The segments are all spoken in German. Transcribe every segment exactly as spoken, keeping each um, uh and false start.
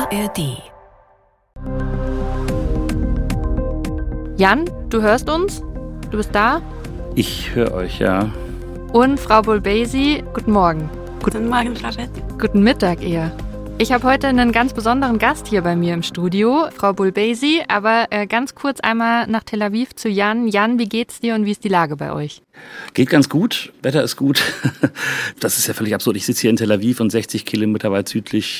A R D. Jan, du hörst uns? Du bist da? Ich höre euch, ja. Und Frau Bulbesi, guten Morgen. Guten Morgen, Frau Rett. Guten Mittag eher. Ich habe heute einen ganz besonderen Gast hier bei mir im Studio, Frau Bulbesi. Aber äh, ganz kurz einmal nach Tel Aviv zu Jan. Jan, wie geht's dir und wie ist die Lage bei euch? Geht ganz gut, Wetter ist gut. Das ist ja völlig absurd. Ich sitze hier in Tel Aviv und sechzig Kilometer weit südlich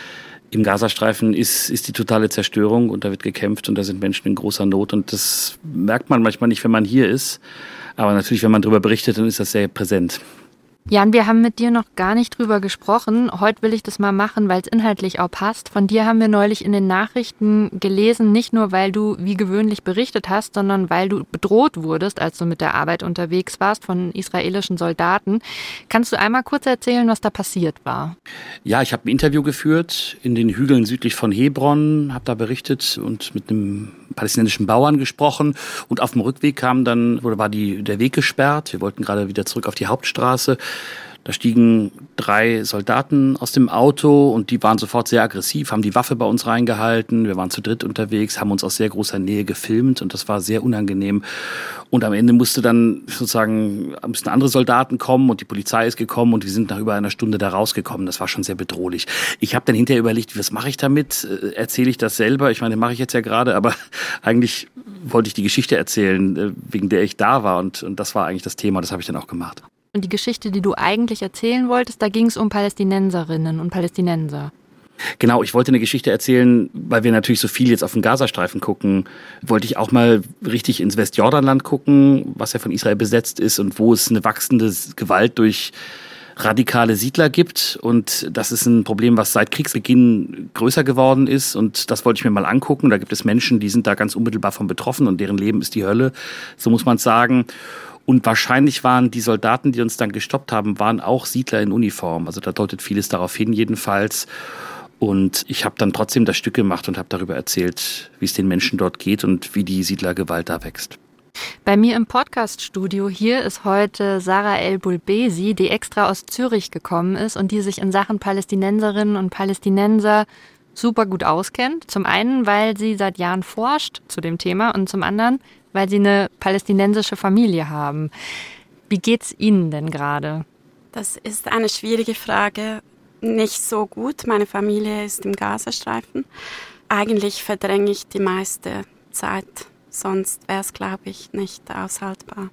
im Gazastreifen ist, ist die totale Zerstörung und da wird gekämpft und da sind Menschen in großer Not. Und das merkt man manchmal nicht, wenn man hier ist. Aber natürlich, wenn man darüber berichtet, dann ist das sehr präsent. Jan, wir haben mit dir noch gar nicht drüber gesprochen. Heute will ich das mal machen, weil es inhaltlich auch passt. Von dir haben wir neulich in den Nachrichten gelesen, nicht nur, weil du wie gewöhnlich berichtet hast, sondern weil du bedroht wurdest, als du mit der Arbeit unterwegs warst von israelischen Soldaten. Kannst du einmal kurz erzählen, was da passiert war? Ja, ich habe ein Interview geführt in den Hügeln südlich von Hebron, habe da berichtet und mit einem palästinensischen Bauern gesprochen. Und auf dem Rückweg kam dann, oder war die, der Weg gesperrt. Wir wollten gerade wieder zurück auf die Hauptstraße. Da stiegen drei Soldaten aus dem Auto und die waren sofort sehr aggressiv, haben die Waffe bei uns reingehalten. Wir waren zu dritt unterwegs, haben uns aus sehr großer Nähe gefilmt und das war sehr unangenehm. Und am Ende musste dann sozusagen, mussten andere Soldaten kommen und die Polizei ist gekommen und wir sind nach über einer Stunde da rausgekommen. Das war schon sehr bedrohlich. Ich habe dann hinterher überlegt, was mache ich damit? Erzähle ich das selber? Ich meine, mache ich jetzt ja gerade, aber eigentlich wollte ich die Geschichte erzählen, wegen der ich da war und, und das war eigentlich das Thema, das habe ich dann auch gemacht. Und die Geschichte, die du eigentlich erzählen wolltest, da ging es um Palästinenserinnen und Palästinenser. Genau, ich wollte eine Geschichte erzählen, weil wir natürlich so viel jetzt auf den Gazastreifen gucken, wollte ich auch mal richtig ins Westjordanland gucken, was ja von Israel besetzt ist und wo es eine wachsende Gewalt durch radikale Siedler gibt. Und das ist ein Problem, was seit Kriegsbeginn größer geworden ist. Und das wollte ich mir mal angucken. Da gibt es Menschen, die sind da ganz unmittelbar von betroffen und deren Leben ist die Hölle, so muss man es sagen. Und wahrscheinlich waren die Soldaten, die uns dann gestoppt haben, waren auch Siedler in Uniform. Also da deutet vieles darauf hin jedenfalls. Und ich habe dann trotzdem das Stück gemacht und habe darüber erzählt, wie es den Menschen dort geht und wie die Siedlergewalt da wächst. Bei mir im Podcast-Studio hier ist heute Sarah El Bulbesi, die extra aus Zürich gekommen ist und die sich in Sachen Palästinenserinnen und Palästinenser super gut auskennt. Zum einen, weil sie seit Jahren forscht zu dem Thema und zum anderen, weil sie eine palästinensische Familie haben. Wie geht's Ihnen denn gerade? Das ist eine schwierige Frage. Nicht so gut. Meine Familie ist im Gazastreifen. Eigentlich verdränge ich die meiste Zeit. Sonst wäre es, glaube ich, nicht aushaltbar.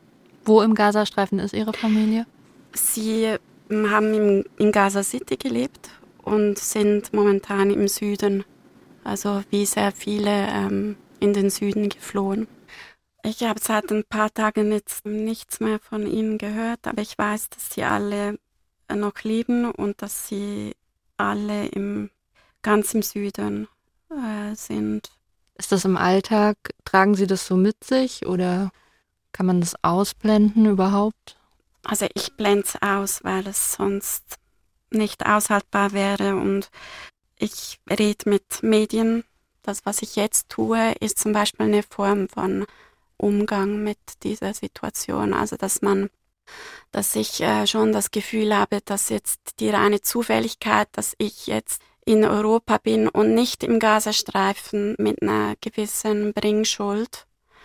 Wo im Gazastreifen ist Ihre Familie? Sie haben im, in Gaza City gelebt und sind momentan im Süden. Also wie sehr viele ähm, in den Süden geflohen. Ich habe seit ein paar Tagen jetzt nichts mehr von ihnen gehört, aber ich weiß, dass sie alle noch leben und dass sie alle im, ganz im Süden äh, sind. Ist das im Alltag, tragen Sie das so mit sich oder kann man das ausblenden überhaupt? Also ich blende es aus, weil es sonst nicht aushaltbar wäre und ich rede mit Medien. Das, was ich jetzt tue, ist zum Beispiel eine Form von Umgang mit dieser Situation. Also dass man, dass ich äh, schon das Gefühl habe, dass jetzt die reine Zufälligkeit, dass ich jetzt in Europa bin und nicht im Gazastreifen mit einer gewissen Bringschuld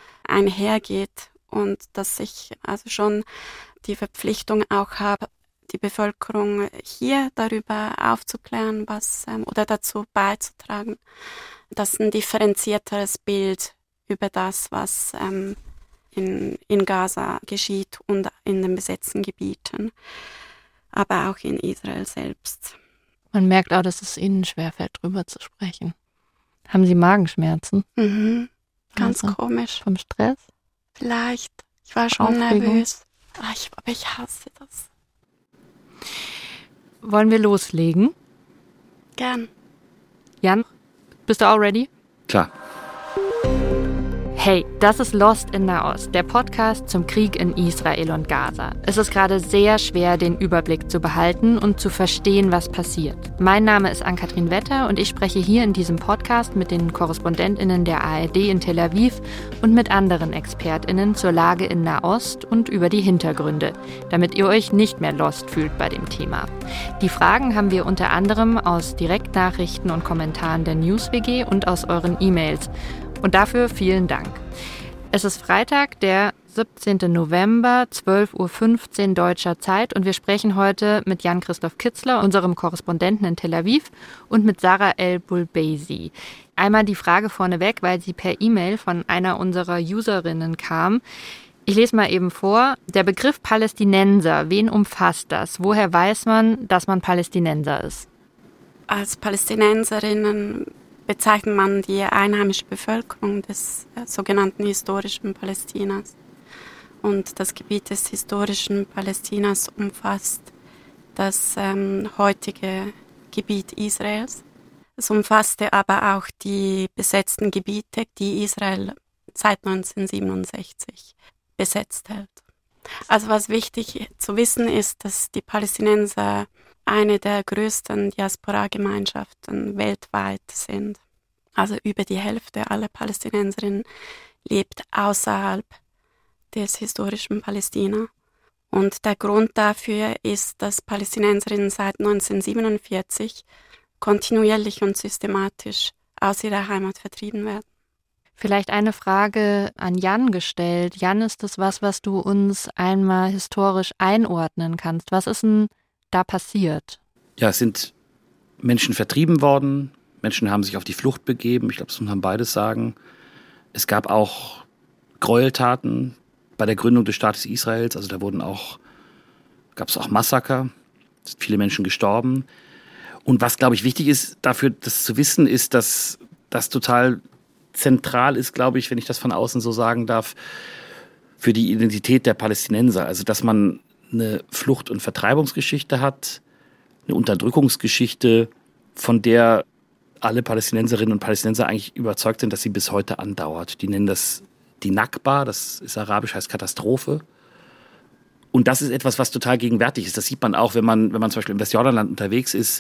einhergeht und dass ich also schon die Verpflichtung auch habe, die Bevölkerung hier darüber aufzuklären, was ähm, oder dazu beizutragen, dass ein differenzierteres Bild über das, was ähm, in, in Gaza geschieht und in den besetzten Gebieten, aber auch in Israel selbst. Man merkt auch, dass es Ihnen schwerfällt, drüber zu sprechen. Haben Sie Magenschmerzen? Mhm. Ganz also, komisch. Vom Stress? Vielleicht. Ich war schon Aufregung. nervös. Aber ich, aber ich hasse das. Wollen wir loslegen? Gern. Jan, bist du auch ready? Klar. Hey, das ist Lost in Nahost, der Podcast zum Krieg in Israel und Gaza. Es ist gerade sehr schwer, den Überblick zu behalten und zu verstehen, was passiert. Mein Name ist Ann-Kathrin Wetter und ich spreche hier in diesem Podcast mit den KorrespondentInnen der A R D in Tel Aviv und mit anderen ExpertInnen zur Lage in Nahost und über die Hintergründe, damit ihr euch nicht mehr lost fühlt bei dem Thema. Die Fragen haben wir unter anderem aus Direktnachrichten und Kommentaren der News-W G und aus euren E-Mails. Und dafür vielen Dank. Es ist Freitag, der siebzehnten November, zwölf Uhr fünfzehn deutscher Zeit und wir sprechen heute mit Jan-Christoph Kitzler, unserem Korrespondenten in Tel Aviv, und mit Sarah El-Bulbeisi. Einmal die Frage vorneweg, weil sie per E-Mail von einer unserer Userinnen kam. Ich lese mal eben vor. Der Begriff Palästinenser, wen umfasst das? Woher weiß man, dass man Palästinenser ist? Als Palästinenserinnen bezeichnet man die einheimische Bevölkerung des äh, sogenannten historischen Palästinas. Und das Gebiet des historischen Palästinas umfasst das ähm, heutige Gebiet Israels. Es umfasste aber auch die besetzten Gebiete, die Israel seit neunzehnhundertsiebenundsechzig besetzt hält. Also was wichtig zu wissen ist, dass die Palästinenser eine der größten Diaspora-Gemeinschaften weltweit sind. Also über die Hälfte aller Palästinenserinnen lebt außerhalb des historischen Palästina. Und der Grund dafür ist, dass Palästinenserinnen seit neunzehnhundertsiebenundvierzig kontinuierlich und systematisch aus ihrer Heimat vertrieben werden. Vielleicht eine Frage an Jan gestellt. Jan, ist das was, was du uns einmal historisch einordnen kannst? Was ist denn da passiert? Ja, es sind Menschen vertrieben worden. Menschen haben sich auf die Flucht begeben. Ich glaube, das muss man beides sagen. Es gab auch Gräueltaten bei der Gründung des Staates Israels. Also da wurden auch, gab es auch Massaker. Es sind viele Menschen gestorben. Und was, glaube ich, wichtig ist, dafür das zu wissen, ist, dass das total zentral ist, glaube ich, wenn ich das von außen so sagen darf, für die Identität der Palästinenser. Also dass man eine Flucht- und Vertreibungsgeschichte hat, eine Unterdrückungsgeschichte, von der alle Palästinenserinnen und Palästinenser eigentlich überzeugt sind, dass sie bis heute andauert. Die nennen das die Nakba, das ist arabisch, heißt Katastrophe. Und das ist etwas, was total gegenwärtig ist. Das sieht man auch, wenn man, wenn man zum Beispiel im Westjordanland unterwegs ist,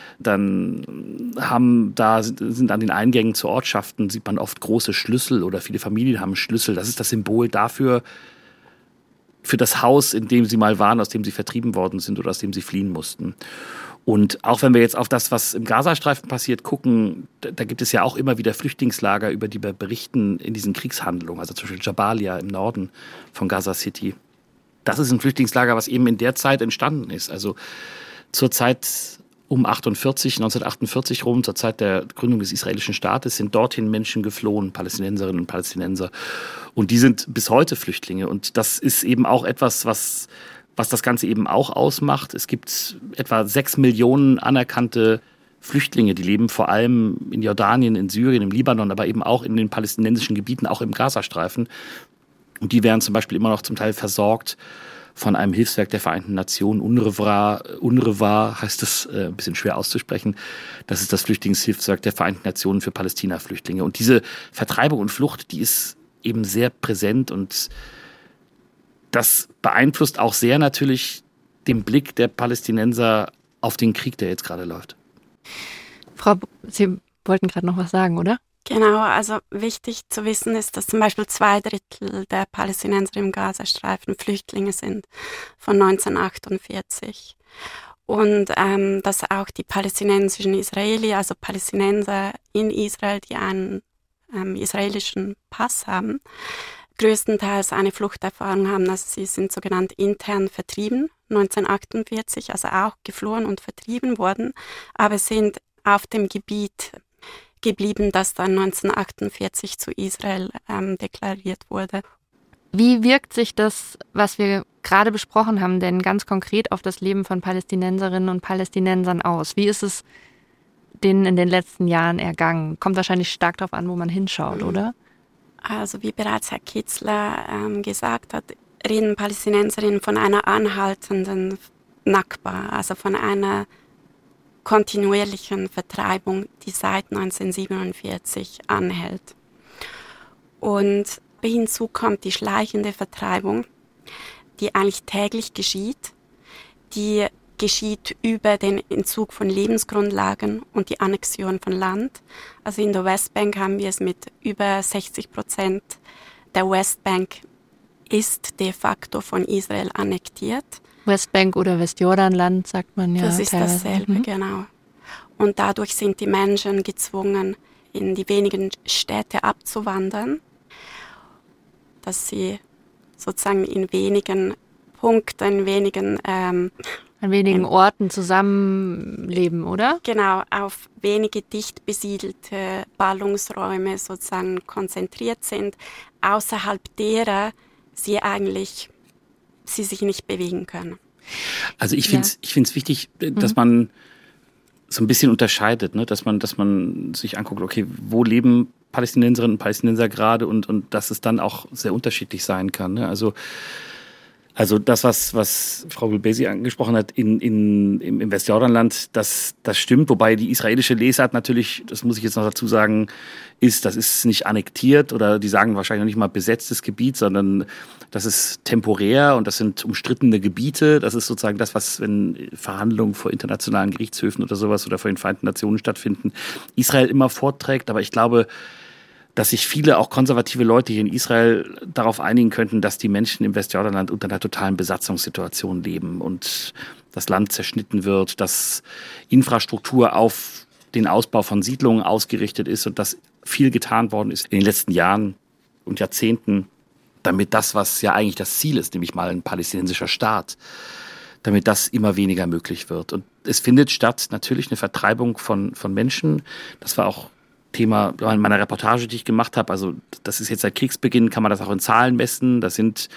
dann haben da, sind an den Eingängen zu Ortschaften, sieht man oft große Schlüssel oder viele Familien haben Schlüssel. Das ist das Symbol dafür, für das Haus, in dem sie mal waren, aus dem sie vertrieben worden sind oder aus dem sie fliehen mussten. Und auch wenn wir jetzt auf das, was im Gazastreifen passiert, gucken, da, da gibt es ja auch immer wieder Flüchtlingslager, über die wir berichten in diesen Kriegshandlungen. Also zum Beispiel Jabalia im Norden von Gaza City. Das ist ein Flüchtlingslager, was eben in der Zeit entstanden ist. Also zur Zeit um achtundvierzig, neunzehnhundertachtundvierzig rum, zur Zeit der Gründung des israelischen Staates, sind dorthin Menschen geflohen, Palästinenserinnen und Palästinenser. Und die sind bis heute Flüchtlinge. Und das ist eben auch etwas, was, was das Ganze eben auch ausmacht. Es gibt etwa sechs Millionen anerkannte Flüchtlinge, die leben vor allem in Jordanien, in Syrien, im Libanon, aber eben auch in den palästinensischen Gebieten, auch im Gazastreifen. Und die werden zum Beispiel immer noch zum Teil versorgt von einem Hilfswerk der Vereinten Nationen, UNRWA, UNRWA heißt es, äh, ein bisschen schwer auszusprechen. Das ist das Flüchtlingshilfswerk der Vereinten Nationen für Palästina-Flüchtlinge. Und diese Vertreibung und Flucht, die ist eben sehr präsent und das beeinflusst auch sehr natürlich den Blick der Palästinenser auf den Krieg, der jetzt gerade läuft. Frau, B- Sie wollten gerade noch was sagen, oder? Genau, also wichtig zu wissen ist, dass zum Beispiel zwei Drittel der Palästinenser im Gazastreifen Flüchtlinge sind von neunzehnhundertachtundvierzig. Und ähm, dass auch die palästinensischen Israeli, also Palästinenser in Israel, die einen ähm, israelischen Pass haben, größtenteils eine Fluchterfahrung haben. Also sie sind sogenannt intern vertrieben, neunzehnhundertachtundvierzig, also auch geflohen und vertrieben worden, aber sind auf dem Gebiet geblieben, das dann neunzehnhundertachtundvierzig zu Israel ähm, deklariert wurde. Wie wirkt sich das, was wir gerade besprochen haben, denn ganz konkret auf das Leben von Palästinenserinnen und Palästinensern aus? Wie ist es denen in den letzten Jahren ergangen? Kommt wahrscheinlich stark darauf an, wo man hinschaut, mhm. oder? Also wie bereits Herr Kitzler ähm, gesagt hat, reden Palästinenserinnen von einer anhaltenden Nakba, also von einer kontinuierlichen Vertreibung, die seit neunzehnhundertsiebenundvierzig anhält. Und hinzu kommt die schleichende Vertreibung, die eigentlich täglich geschieht, die geschieht über den Entzug von Lebensgrundlagen und die Annexion von Land. Also in der Westbank haben wir es mit über sechzig Prozent der Westbank ist de facto von Israel annektiert. Westbank oder Westjordanland, sagt man ja. Das ist teilweise dasselbe, mhm. genau. Und dadurch sind die Menschen gezwungen, in die wenigen Städte abzuwandern, dass sie sozusagen in wenigen Punkten, wenigen ähm, an wenigen Orten zusammenleben, oder? Genau, auf wenige dicht besiedelte Ballungsräume sozusagen konzentriert sind, außerhalb derer sie eigentlich sie sich nicht bewegen können. Also ich finde es ja. ich find's wichtig, dass mhm. man so ein bisschen unterscheidet, ne? dass man, dass man sich anguckt, okay, wo leben Palästinenserinnen und Palästinenser gerade und, und dass es dann auch sehr unterschiedlich sein kann. Ne? Also Also das, was, was Frau Bulbesi angesprochen hat in, in, im, im Westjordanland, das, das stimmt. Wobei die israelische Lesart natürlich, das muss ich jetzt noch dazu sagen, ist, das ist nicht annektiert oder die sagen wahrscheinlich noch nicht mal besetztes Gebiet, sondern das ist temporär und das sind umstrittene Gebiete. Das ist sozusagen das, was, wenn Verhandlungen vor internationalen Gerichtshöfen oder sowas oder vor den Vereinten Nationen stattfinden, Israel immer vorträgt. Aber ich glaube, dass sich viele, auch konservative Leute hier in Israel darauf einigen könnten, dass die Menschen im Westjordanland unter einer totalen Besatzungssituation leben und das Land zerschnitten wird, dass Infrastruktur auf den Ausbau von Siedlungen ausgerichtet ist und dass viel getan worden ist in den letzten Jahren und Jahrzehnten, damit das, was ja eigentlich das Ziel ist, nämlich mal ein palästinensischer Staat, damit das immer weniger möglich wird. Und es findet statt natürlich eine Vertreibung von, von Menschen. Das war auch Thema in meiner Reportage, die ich gemacht habe. Also das ist jetzt seit Kriegsbeginn, kann man das auch in Zahlen messen. Das sind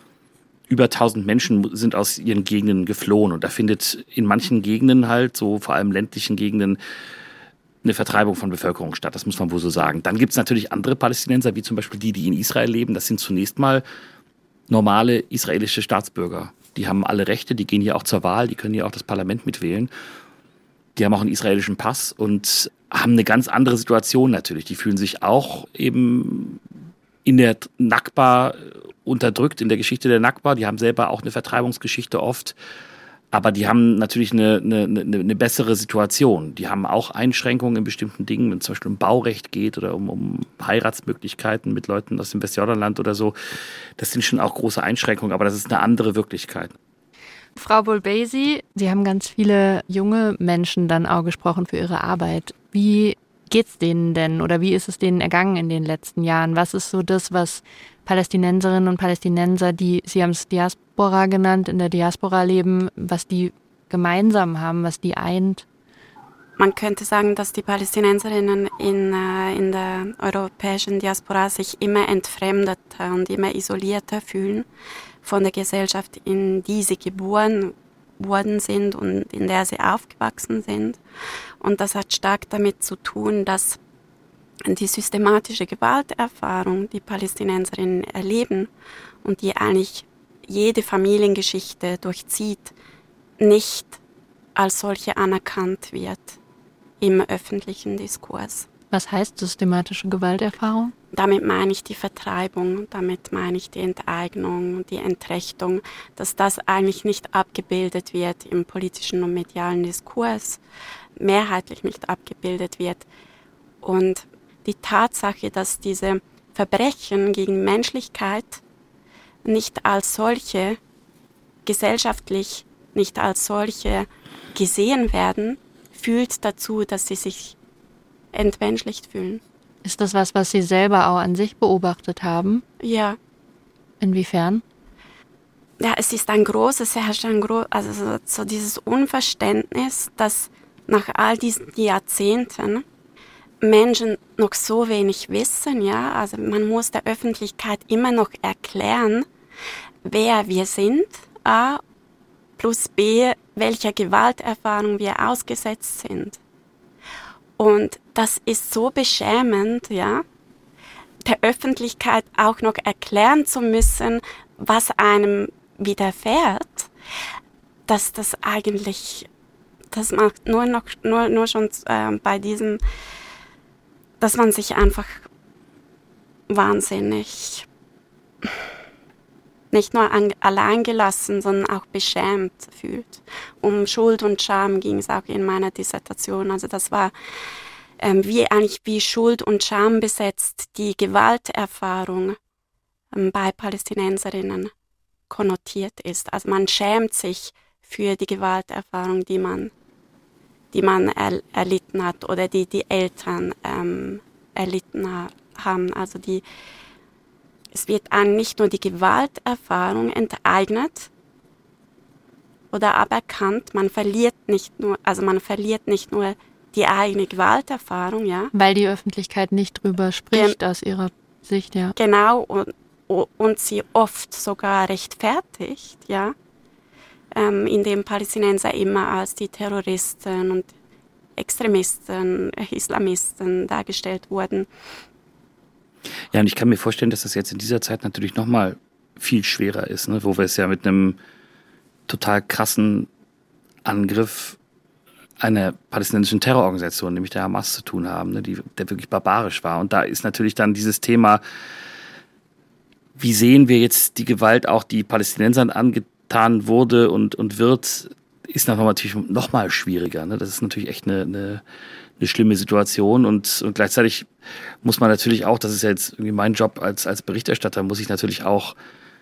über tausend Menschen sind aus ihren Gegenden geflohen. Und da findet in manchen Gegenden halt, so vor allem ländlichen Gegenden, eine Vertreibung von Bevölkerung statt. Das muss man wohl so sagen. Dann gibt es natürlich andere Palästinenser, wie zum Beispiel die, die in Israel leben. Das sind zunächst mal normale israelische Staatsbürger. Die haben alle Rechte, die gehen hier auch zur Wahl, die können hier auch das Parlament mitwählen. Die haben auch einen israelischen Pass und haben eine ganz andere Situation natürlich. Die fühlen sich auch eben in der Nakba unterdrückt, in der Geschichte der Nakba. Die haben selber auch eine Vertreibungsgeschichte oft. Aber die haben natürlich eine, eine, eine bessere Situation. Die haben auch Einschränkungen in bestimmten Dingen, wenn es zum Beispiel um Baurecht geht oder um, um Heiratsmöglichkeiten mit Leuten aus dem Westjordanland oder so. Das sind schon auch große Einschränkungen, aber das ist eine andere Wirklichkeit. Frau Bulbesi, Sie haben ganz viele junge Menschen dann auch gesprochen für Ihre Arbeit. Wie geht's denen denn oder wie ist es denen ergangen in den letzten Jahren? Was ist so das, was Palästinenserinnen und Palästinenser, die, Sie haben es Diaspora genannt, in der Diaspora leben, was die gemeinsam haben, was die eint? Man könnte sagen, dass die Palästinenserinnen in, äh, in der europäischen Diaspora sich immer entfremdeter und immer isolierter fühlen von der Gesellschaft, in die sie geboren worden sind und in der sie aufgewachsen sind. Und das hat stark damit zu tun, dass die systematische Gewalterfahrung, die Palästinenserinnen erleben und die eigentlich jede Familiengeschichte durchzieht, nicht als solche anerkannt wird im öffentlichen Diskurs. Was heißt systematische Gewalterfahrung? Damit meine ich die Vertreibung, damit meine ich die Enteignung, die Entrechtung, dass das eigentlich nicht abgebildet wird im politischen und medialen Diskurs, mehrheitlich nicht abgebildet wird. Und die Tatsache, dass diese Verbrechen gegen Menschlichkeit nicht als solche, gesellschaftlich nicht als solche gesehen werden, führt dazu, dass sie sich entmenschlicht fühlen. Ist das was, was Sie selber auch an sich beobachtet haben? Ja. Inwiefern? Ja, es ist ein großes, es herrscht ein groß, also so, so dieses Unverständnis, dass nach all diesen Jahrzehnten Menschen noch so wenig wissen, ja, also man muss der Öffentlichkeit immer noch erklären, wer wir sind, A, plus B, welcher Gewalterfahrung wir ausgesetzt sind. Und das ist so beschämend, ja, der Öffentlichkeit auch noch erklären zu müssen, was einem widerfährt, dass das eigentlich, das macht nur noch, nur, nur schon äh, bei diesem, dass man sich einfach wahnsinnig, nicht nur an, alleingelassen, sondern auch beschämt fühlt. Um Schuld und Scham ging es auch in meiner Dissertation. Also das war ähm, wie eigentlich wie Schuld und Scham besetzt die Gewalterfahrung ähm, bei Palästinenserinnen konnotiert ist. Also man schämt sich für die Gewalterfahrung, die man, die man er, erlitten hat oder die die Eltern ähm, erlitten ha- haben. Also die, es wird einem nicht nur die Gewalterfahrung enteignet oder aberkannt, man verliert nicht nur, also man verliert nicht nur die eigene Gewalterfahrung, ja. Weil die Öffentlichkeit nicht drüber spricht Gen- aus ihrer Sicht, ja. Genau, und, und sie oft sogar rechtfertigt, ja, ähm, indem Palästinenser immer als die Terroristen und Extremisten, Islamisten dargestellt wurden. Ja, und ich kann mir vorstellen, dass das jetzt in dieser Zeit natürlich nochmal viel schwerer ist, ne? Wo wir es ja mit einem total krassen Angriff einer palästinensischen Terrororganisation, nämlich der Hamas, zu tun haben, ne? Die, der wirklich barbarisch war. Und da ist natürlich dann dieses Thema, wie sehen wir jetzt die Gewalt auch, die Palästinensern angetan wurde und, und wird, ist natürlich noch mal schwieriger. Ne? Das ist natürlich echt eine, eine, eine schlimme Situation. Und, und gleichzeitig muss man natürlich auch, das ist ja jetzt irgendwie mein Job als, als Berichterstatter, muss ich natürlich auch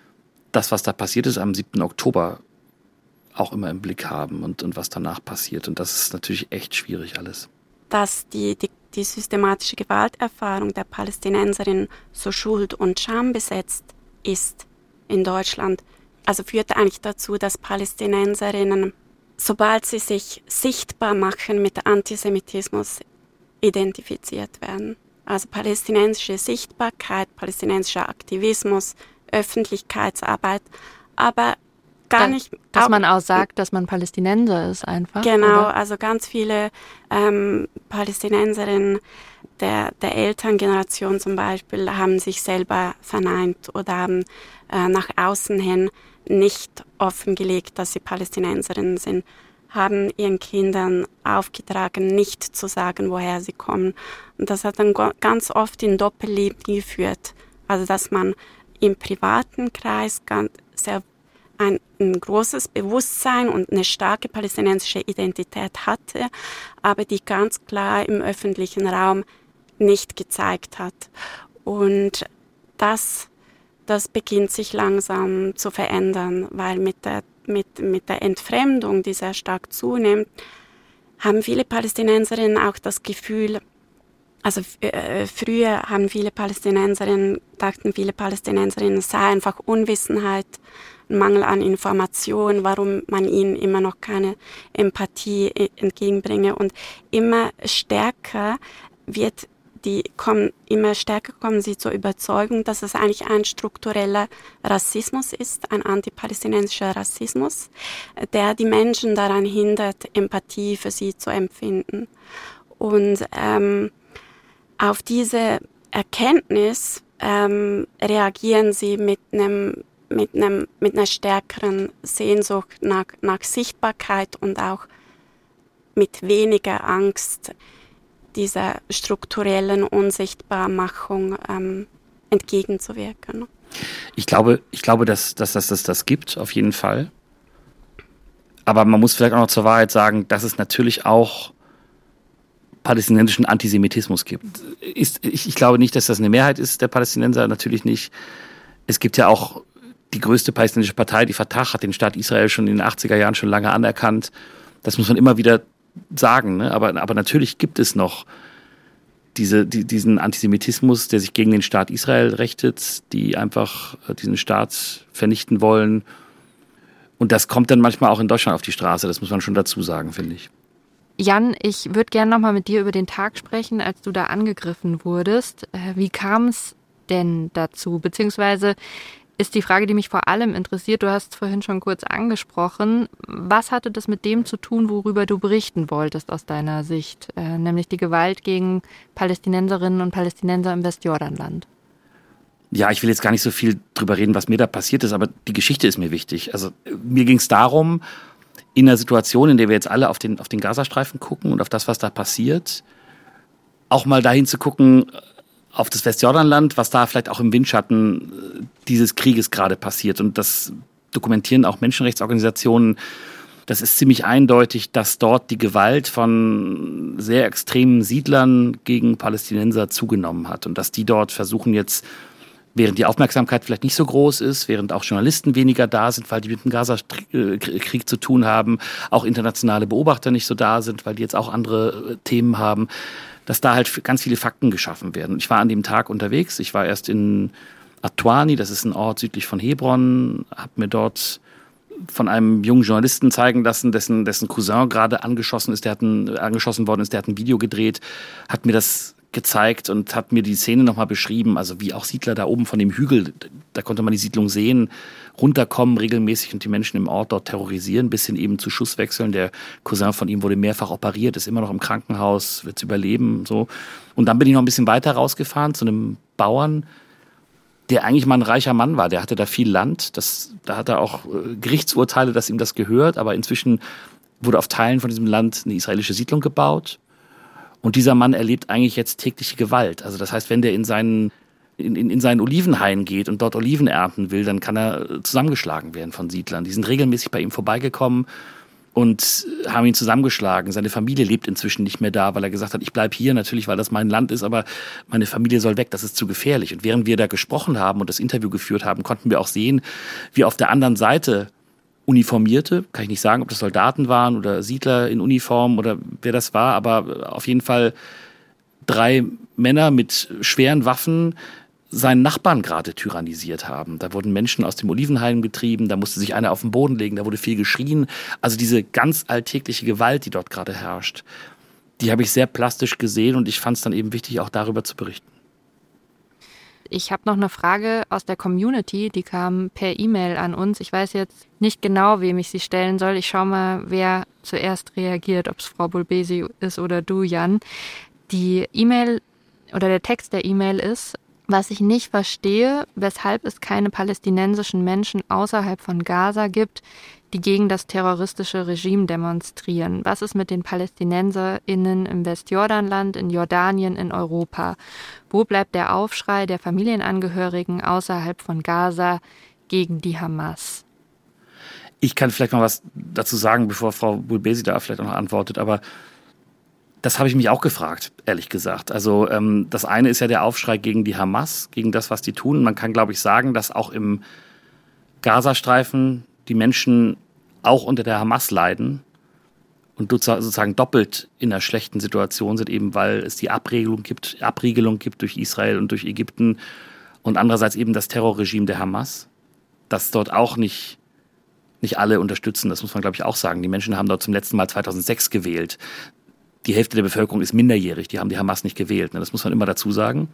das, was da passiert ist am siebten Oktober, auch immer im Blick haben und, und was danach passiert. Und das ist natürlich echt schwierig alles. Dass die, die, die systematische Gewalterfahrung der Palästinenserinnen so schuld- und schambesetzt ist in Deutschland, also führt eigentlich dazu, dass Palästinenserinnen, sobald sie sich sichtbar machen mit Antisemitismus, identifiziert werden. Also palästinensische Sichtbarkeit, palästinensischer Aktivismus, Öffentlichkeitsarbeit, aber gar da, nicht... Dass auch, man auch sagt, dass man Palästinenser ist einfach. Genau, oder? Also ganz viele ähm, Palästinenserinnen der, der Elterngeneration zum Beispiel haben sich selber verneint oder haben äh, nach außen hin nicht offengelegt, dass sie Palästinenserinnen sind, haben ihren Kindern aufgetragen, nicht zu sagen, woher sie kommen. Und das hat dann go- ganz oft in Doppelleben geführt. Also dass man im privaten Kreis ganz sehr ein, ein großes Bewusstsein und eine starke palästinensische Identität hatte, aber die ganz klar im öffentlichen Raum nicht gezeigt hat. Und das, das beginnt sich langsam zu verändern, weil mit der, mit, mit der Entfremdung, die sehr stark zunimmt, haben viele Palästinenserinnen auch das Gefühl, also äh, früher haben viele Palästinenserinnen, dachten viele Palästinenserinnen, es sei einfach Unwissenheit, Mangel an Information, warum man ihnen immer noch keine Empathie entgegenbringe. Und immer stärker wird die, kommen, immer stärker kommen sie zur Überzeugung, dass es eigentlich ein struktureller Rassismus ist, ein antipalästinensischer Rassismus, der die Menschen daran hindert, Empathie für sie zu empfinden. Und ähm, auf diese Erkenntnis ähm, reagieren sie mit einem mit einem mit einer stärkeren Sehnsucht nach, nach Sichtbarkeit und auch mit weniger Angst dieser strukturellen Unsichtbarmachung ähm, entgegenzuwirken. Ich glaube, ich glaube, dass, dass, dass es das gibt, auf jeden Fall. Aber man muss vielleicht auch noch zur Wahrheit sagen, dass es natürlich auch palästinensischen Antisemitismus gibt. Ist, ich, ich glaube nicht, dass das eine Mehrheit ist der Palästinenser, natürlich nicht. Es gibt ja auch die größte palästinensische Partei, die Fatah, hat den Staat Israel schon in den achtziger Jahren schon lange anerkannt. Das muss man immer wieder sagen, ne? Aber, aber natürlich gibt es noch diese, die, diesen Antisemitismus, der sich gegen den Staat Israel richtet, die einfach diesen Staat vernichten wollen. Und das kommt dann manchmal auch in Deutschland auf die Straße, das muss man schon dazu sagen, finde ich. Jan, ich würde gerne nochmal mit dir über den Tag sprechen, als du da angegriffen wurdest. Wie kam es denn dazu? Beziehungsweise ist die Frage, die mich vor allem interessiert, du hast es vorhin schon kurz angesprochen, was hatte das mit dem zu tun, worüber du berichten wolltest aus deiner Sicht, äh, nämlich die Gewalt gegen Palästinenserinnen und Palästinenser im Westjordanland? Ja, ich will jetzt gar nicht so viel drüber reden, was mir da passiert ist, aber die Geschichte ist mir wichtig. Also mir ging es darum, in einer Situation, in der wir jetzt alle auf den, auf den Gazastreifen gucken und auf das, was da passiert, auch mal dahin zu gucken, auf das Westjordanland, was da vielleicht auch im Windschatten dieses Krieges gerade passiert. Und das dokumentieren auch Menschenrechtsorganisationen. Das ist ziemlich eindeutig, dass dort die Gewalt von sehr extremen Siedlern gegen Palästinenser zugenommen hat und dass die dort versuchen jetzt, während die Aufmerksamkeit vielleicht nicht so groß ist, während auch Journalisten weniger da sind, weil die mit dem Gaza-Krieg zu tun haben, auch internationale Beobachter nicht so da sind, weil die jetzt auch andere Themen haben, dass da halt ganz viele Fakten geschaffen werden. Ich war an dem Tag unterwegs, ich war erst in Atwani, das ist ein Ort südlich von Hebron, habe mir dort von einem jungen Journalisten zeigen lassen, dessen, dessen Cousin gerade angeschossen ist, der hat ein, angeschossen worden ist, der hat ein Video gedreht, hat mir das gezeigt und hat mir die Szene nochmal beschrieben, also wie auch Siedler da oben von dem Hügel, da konnte man die Siedlung sehen, runterkommen regelmäßig und die Menschen im Ort dort terrorisieren, bis hin eben zu Schusswechseln. Der Cousin von ihm wurde mehrfach operiert, ist immer noch im Krankenhaus, wird überleben, so. Und dann bin ich noch ein bisschen weiter rausgefahren zu einem Bauern, der eigentlich mal ein reicher Mann war. Der hatte da viel Land. Das, da hat er auch äh, Gerichtsurteile, dass ihm das gehört. Aber inzwischen wurde auf Teilen von diesem Land eine israelische Siedlung gebaut. Und dieser Mann erlebt eigentlich jetzt tägliche Gewalt. Also das heißt, wenn der in seinen, in, in, in seinen Olivenhain geht und dort Oliven ernten will, dann kann er zusammengeschlagen werden von Siedlern. Die sind regelmäßig bei ihm vorbeigekommen und haben ihn zusammengeschlagen. Seine Familie lebt inzwischen nicht mehr da, weil er gesagt hat, ich bleibe hier natürlich, weil das mein Land ist, aber meine Familie soll weg, das ist zu gefährlich. Und während wir da gesprochen haben und das Interview geführt haben, konnten wir auch sehen, wie auf der anderen Seite Uniformierte, kann ich nicht sagen, ob das Soldaten waren oder Siedler in Uniform oder wer das war, aber auf jeden Fall drei Männer mit schweren Waffen seinen Nachbarn gerade tyrannisiert haben. Da wurden Menschen aus dem Olivenhain getrieben, da musste sich einer auf den Boden legen, da wurde viel geschrien. Also diese ganz alltägliche Gewalt, die dort gerade herrscht, die habe ich sehr plastisch gesehen und ich fand es dann eben wichtig, auch darüber zu berichten. Ich habe noch eine Frage aus der Community, die kam per E-Mail an uns. Ich weiß jetzt nicht genau, wem ich sie stellen soll. Ich schaue mal, wer zuerst reagiert, ob es Frau Bulbesi ist oder du, Jan. Die E-Mail oder der Text der E-Mail ist: Was ich nicht verstehe, weshalb es keine palästinensischen Menschen außerhalb von Gaza gibt, die gegen das terroristische Regime demonstrieren. Was ist mit den PalästinenserInnen im Westjordanland, in Jordanien, in Europa? Wo bleibt der Aufschrei der Familienangehörigen außerhalb von Gaza gegen die Hamas? Ich kann vielleicht mal was dazu sagen, bevor Frau Bulbesi da vielleicht auch noch antwortet, aber das habe ich mich auch gefragt, ehrlich gesagt. Also ähm, das eine ist ja der Aufschrei gegen die Hamas, gegen das, was die tun. Man kann, glaube ich, sagen, dass auch im Gazastreifen die Menschen auch unter der Hamas leiden und sozusagen doppelt in einer schlechten Situation sind, eben weil es die Abriegelung gibt, Abriegelung gibt durch Israel und durch Ägypten und andererseits eben das Terrorregime der Hamas, das dort auch nicht, nicht alle unterstützen. Das muss man, glaube ich, auch sagen. Die Menschen haben dort zum letzten Mal zweitausendsechs gewählt. Die Hälfte der Bevölkerung ist minderjährig, die haben die Hamas nicht gewählt. Das muss man immer dazu sagen.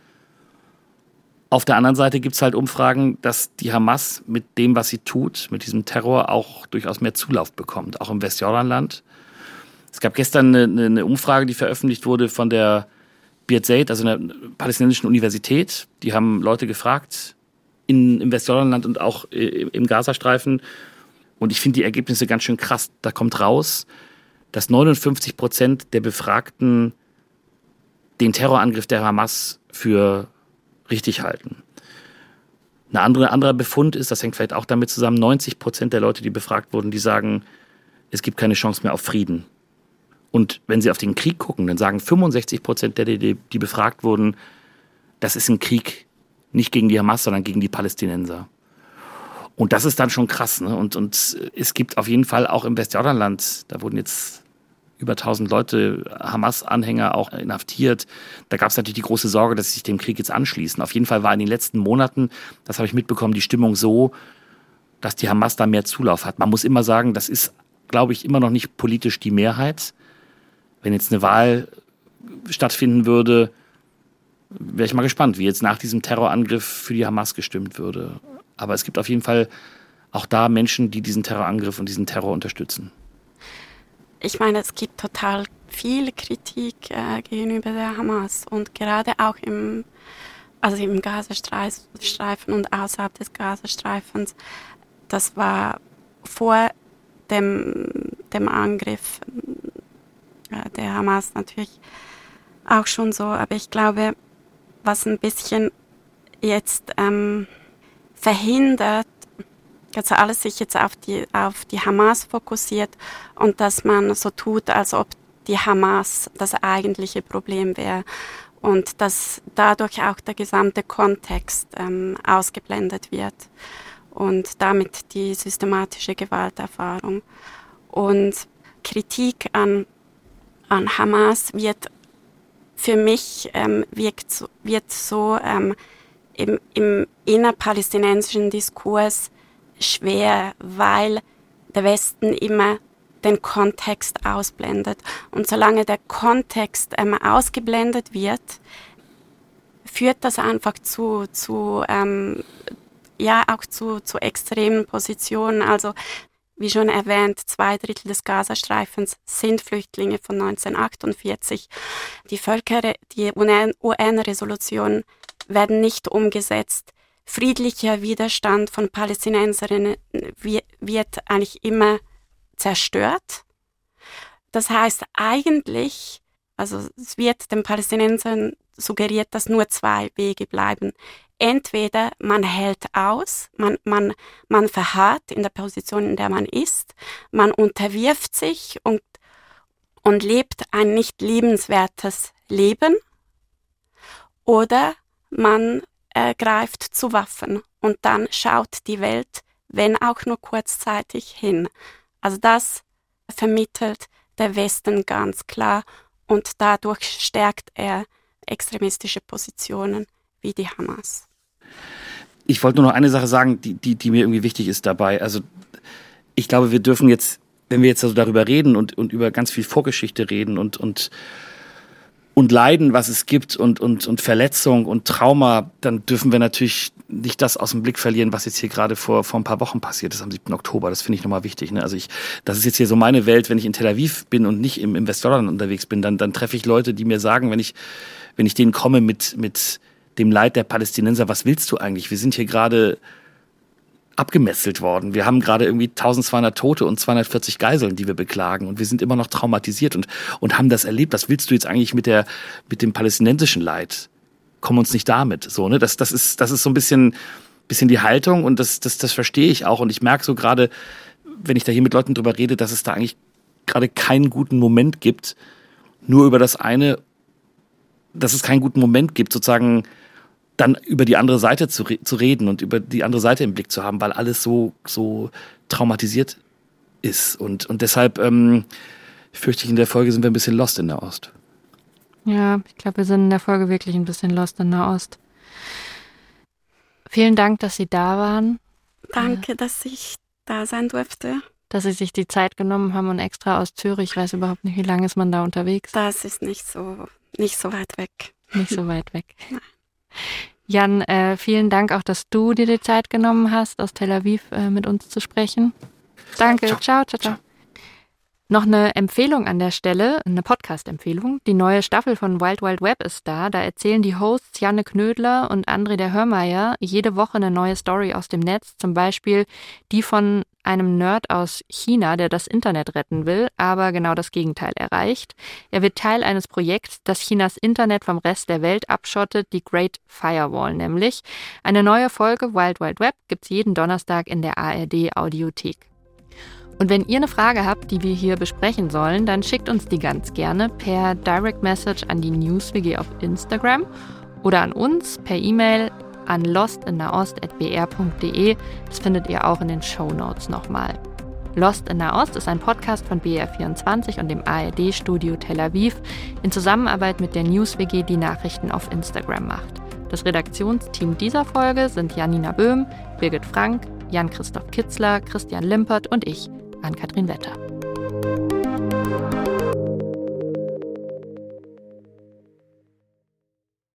Auf der anderen Seite gibt es halt Umfragen, dass die Hamas mit dem, was sie tut, mit diesem Terror auch durchaus mehr Zulauf bekommt, auch im Westjordanland. Es gab gestern eine, eine Umfrage, die veröffentlicht wurde von der Birzeit, also einer palästinensischen Universität. Die haben Leute gefragt in, im Westjordanland und auch im Gazastreifen. Und ich finde die Ergebnisse ganz schön krass. Da kommt raus, dass neunundfünfzig Prozent der Befragten den Terrorangriff der Hamas für richtig halten. Ein andere, anderer Befund ist, das hängt vielleicht auch damit zusammen, neunzig Prozent der Leute, die befragt wurden, die sagen, es gibt keine Chance mehr auf Frieden. Und wenn sie auf den Krieg gucken, dann sagen fünfundsechzig Prozent der, die, die befragt wurden, das ist ein Krieg nicht gegen die Hamas, sondern gegen die Palästinenser. Und das ist dann schon krass. Ne? Und, und es gibt auf jeden Fall auch im Westjordanland, da wurden jetzt über tausend Leute, Hamas-Anhänger, auch inhaftiert. Da gab es natürlich die große Sorge, dass sie sich dem Krieg jetzt anschließen. Auf jeden Fall war in den letzten Monaten, das habe ich mitbekommen, die Stimmung so, dass die Hamas da mehr Zulauf hat. Man muss immer sagen, das ist, glaube ich, immer noch nicht politisch die Mehrheit. Wenn jetzt eine Wahl stattfinden würde, wäre ich mal gespannt, wie jetzt nach diesem Terrorangriff für die Hamas gestimmt würde. Aber es gibt auf jeden Fall auch da Menschen, die diesen Terrorangriff und diesen Terror unterstützen. Ich meine, es gibt total viel Kritik äh, gegenüber der Hamas und gerade auch im, also im Gazastreifen und außerhalb des Gazastreifens. Das war vor dem, dem Angriff äh, der Hamas natürlich auch schon so, aber ich glaube, was ein bisschen jetzt ähm, verhindert, dass alles sich jetzt auf die, auf die Hamas fokussiert und dass man so tut, als ob die Hamas das eigentliche Problem wäre und dass dadurch auch der gesamte Kontext ähm, ausgeblendet wird und damit die systematische Gewalterfahrung. Und Kritik an, an Hamas wird für mich ähm, wirkt so, wird so ähm, im, im innerpalästinensischen Diskurs schwer, weil der Westen immer den Kontext ausblendet. Und solange der Kontext ähm, ausgeblendet wird, führt das einfach zu, zu ähm, ja, auch zu, zu extremen Positionen. Also, wie schon erwähnt, zwei Drittel des Gazastreifens sind Flüchtlinge von neunzehnhundertachtundvierzig. Die Völker, die U N-Resolutionen werden nicht umgesetzt. Friedlicher Widerstand von Palästinenserinnen wird eigentlich immer zerstört. Das heißt eigentlich, also es wird den Palästinensern suggeriert, dass nur zwei Wege bleiben. Entweder man hält aus, man, man, man verharrt in der Position, in der man ist, man unterwirft sich und, und lebt ein nicht liebenswertes Leben, oder man äh, greift zu Waffen und dann schaut die Welt, wenn auch nur kurzzeitig, hin. Also das vermittelt der Westen ganz klar und dadurch stärkt er extremistische Positionen wie die Hamas. Ich wollte nur noch eine Sache sagen, die, die, die mir irgendwie wichtig ist dabei. Also ich glaube, wir dürfen jetzt, wenn wir jetzt also darüber reden und, und über ganz viel Vorgeschichte reden und, und, und Leiden, was es gibt und, und, und Verletzung und Trauma, dann dürfen wir natürlich nicht das aus dem Blick verlieren, was jetzt hier gerade vor, vor ein paar Wochen passiert ist, am siebten Oktober. Das finde ich nochmal wichtig. Ne? Also ich, das ist jetzt hier so meine Welt, wenn ich in Tel Aviv bin und nicht im, im Westjordan unterwegs bin, dann, dann treffe ich Leute, die mir sagen, wenn ich, wenn ich denen komme mit, mit dem Leid der Palästinenser, was willst du eigentlich? Wir sind hier gerade abgemesselt worden. Wir haben gerade irgendwie eintausendzweihundert Tote und zweihundertvierzig Geiseln, die wir beklagen. Und wir sind immer noch traumatisiert und, und haben das erlebt. Was willst du jetzt eigentlich mit der, mit dem palästinensischen Leid? Komm uns nicht damit. So, ne? Das, das ist, das ist so ein bisschen, bisschen die Haltung und das, das, das verstehe ich auch. Und ich merke so gerade, wenn ich da hier mit Leuten drüber rede, dass es da eigentlich gerade keinen guten Moment gibt, nur über das eine, dass es keinen guten Moment gibt, sozusagen dann über die andere Seite zu, re- zu reden und über die andere Seite im Blick zu haben, weil alles so, so traumatisiert ist. Und, und deshalb ähm, fürchte ich, in der Folge sind wir ein bisschen lost in Nahost. Ja, ich glaube, wir sind in der Folge wirklich ein bisschen lost in Nahost. Vielen Dank, dass Sie da waren. Danke, dass ich da sein durfte. Dass Sie sich die Zeit genommen haben und extra aus Zürich, ich weiß überhaupt nicht, wie lange ist man da unterwegs? Das ist nicht so, nicht so weit weg. Nicht so weit weg. Jan, äh, vielen Dank auch, dass du dir die Zeit genommen hast, aus Tel Aviv äh, mit uns zu sprechen. Danke, ciao, ciao, ciao. ciao. Noch eine Empfehlung an der Stelle, eine Podcast-Empfehlung. Die neue Staffel von Wild Wild Web ist da. Da erzählen die Hosts Janne Knödler und André der Hörmeier jede Woche eine neue Story aus dem Netz. Zum Beispiel die von einem Nerd aus China, der das Internet retten will, aber genau das Gegenteil erreicht. Er wird Teil eines Projekts, das Chinas Internet vom Rest der Welt abschottet, die Great Firewall nämlich. Eine neue Folge Wild Wild Web gibt's jeden Donnerstag in der A R D-Audiothek. Und wenn ihr eine Frage habt, die wir hier besprechen sollen, dann schickt uns die ganz gerne per Direct Message an die NewsWG auf Instagram oder an uns per E-Mail an lostinnahost at b r punkt d e. Das findet ihr auch in den Shownotes nochmal. Lost in Nahost ist ein Podcast von B R vierundzwanzig und dem A R D-Studio Tel Aviv in Zusammenarbeit mit der NewsWG, die Nachrichten auf Instagram macht. Das Redaktionsteam dieser Folge sind Janina Böhm, Birgit Frank, Jan-Christoph Kitzler, Christian Limpert und ich, Ann-Kathrin Wetter.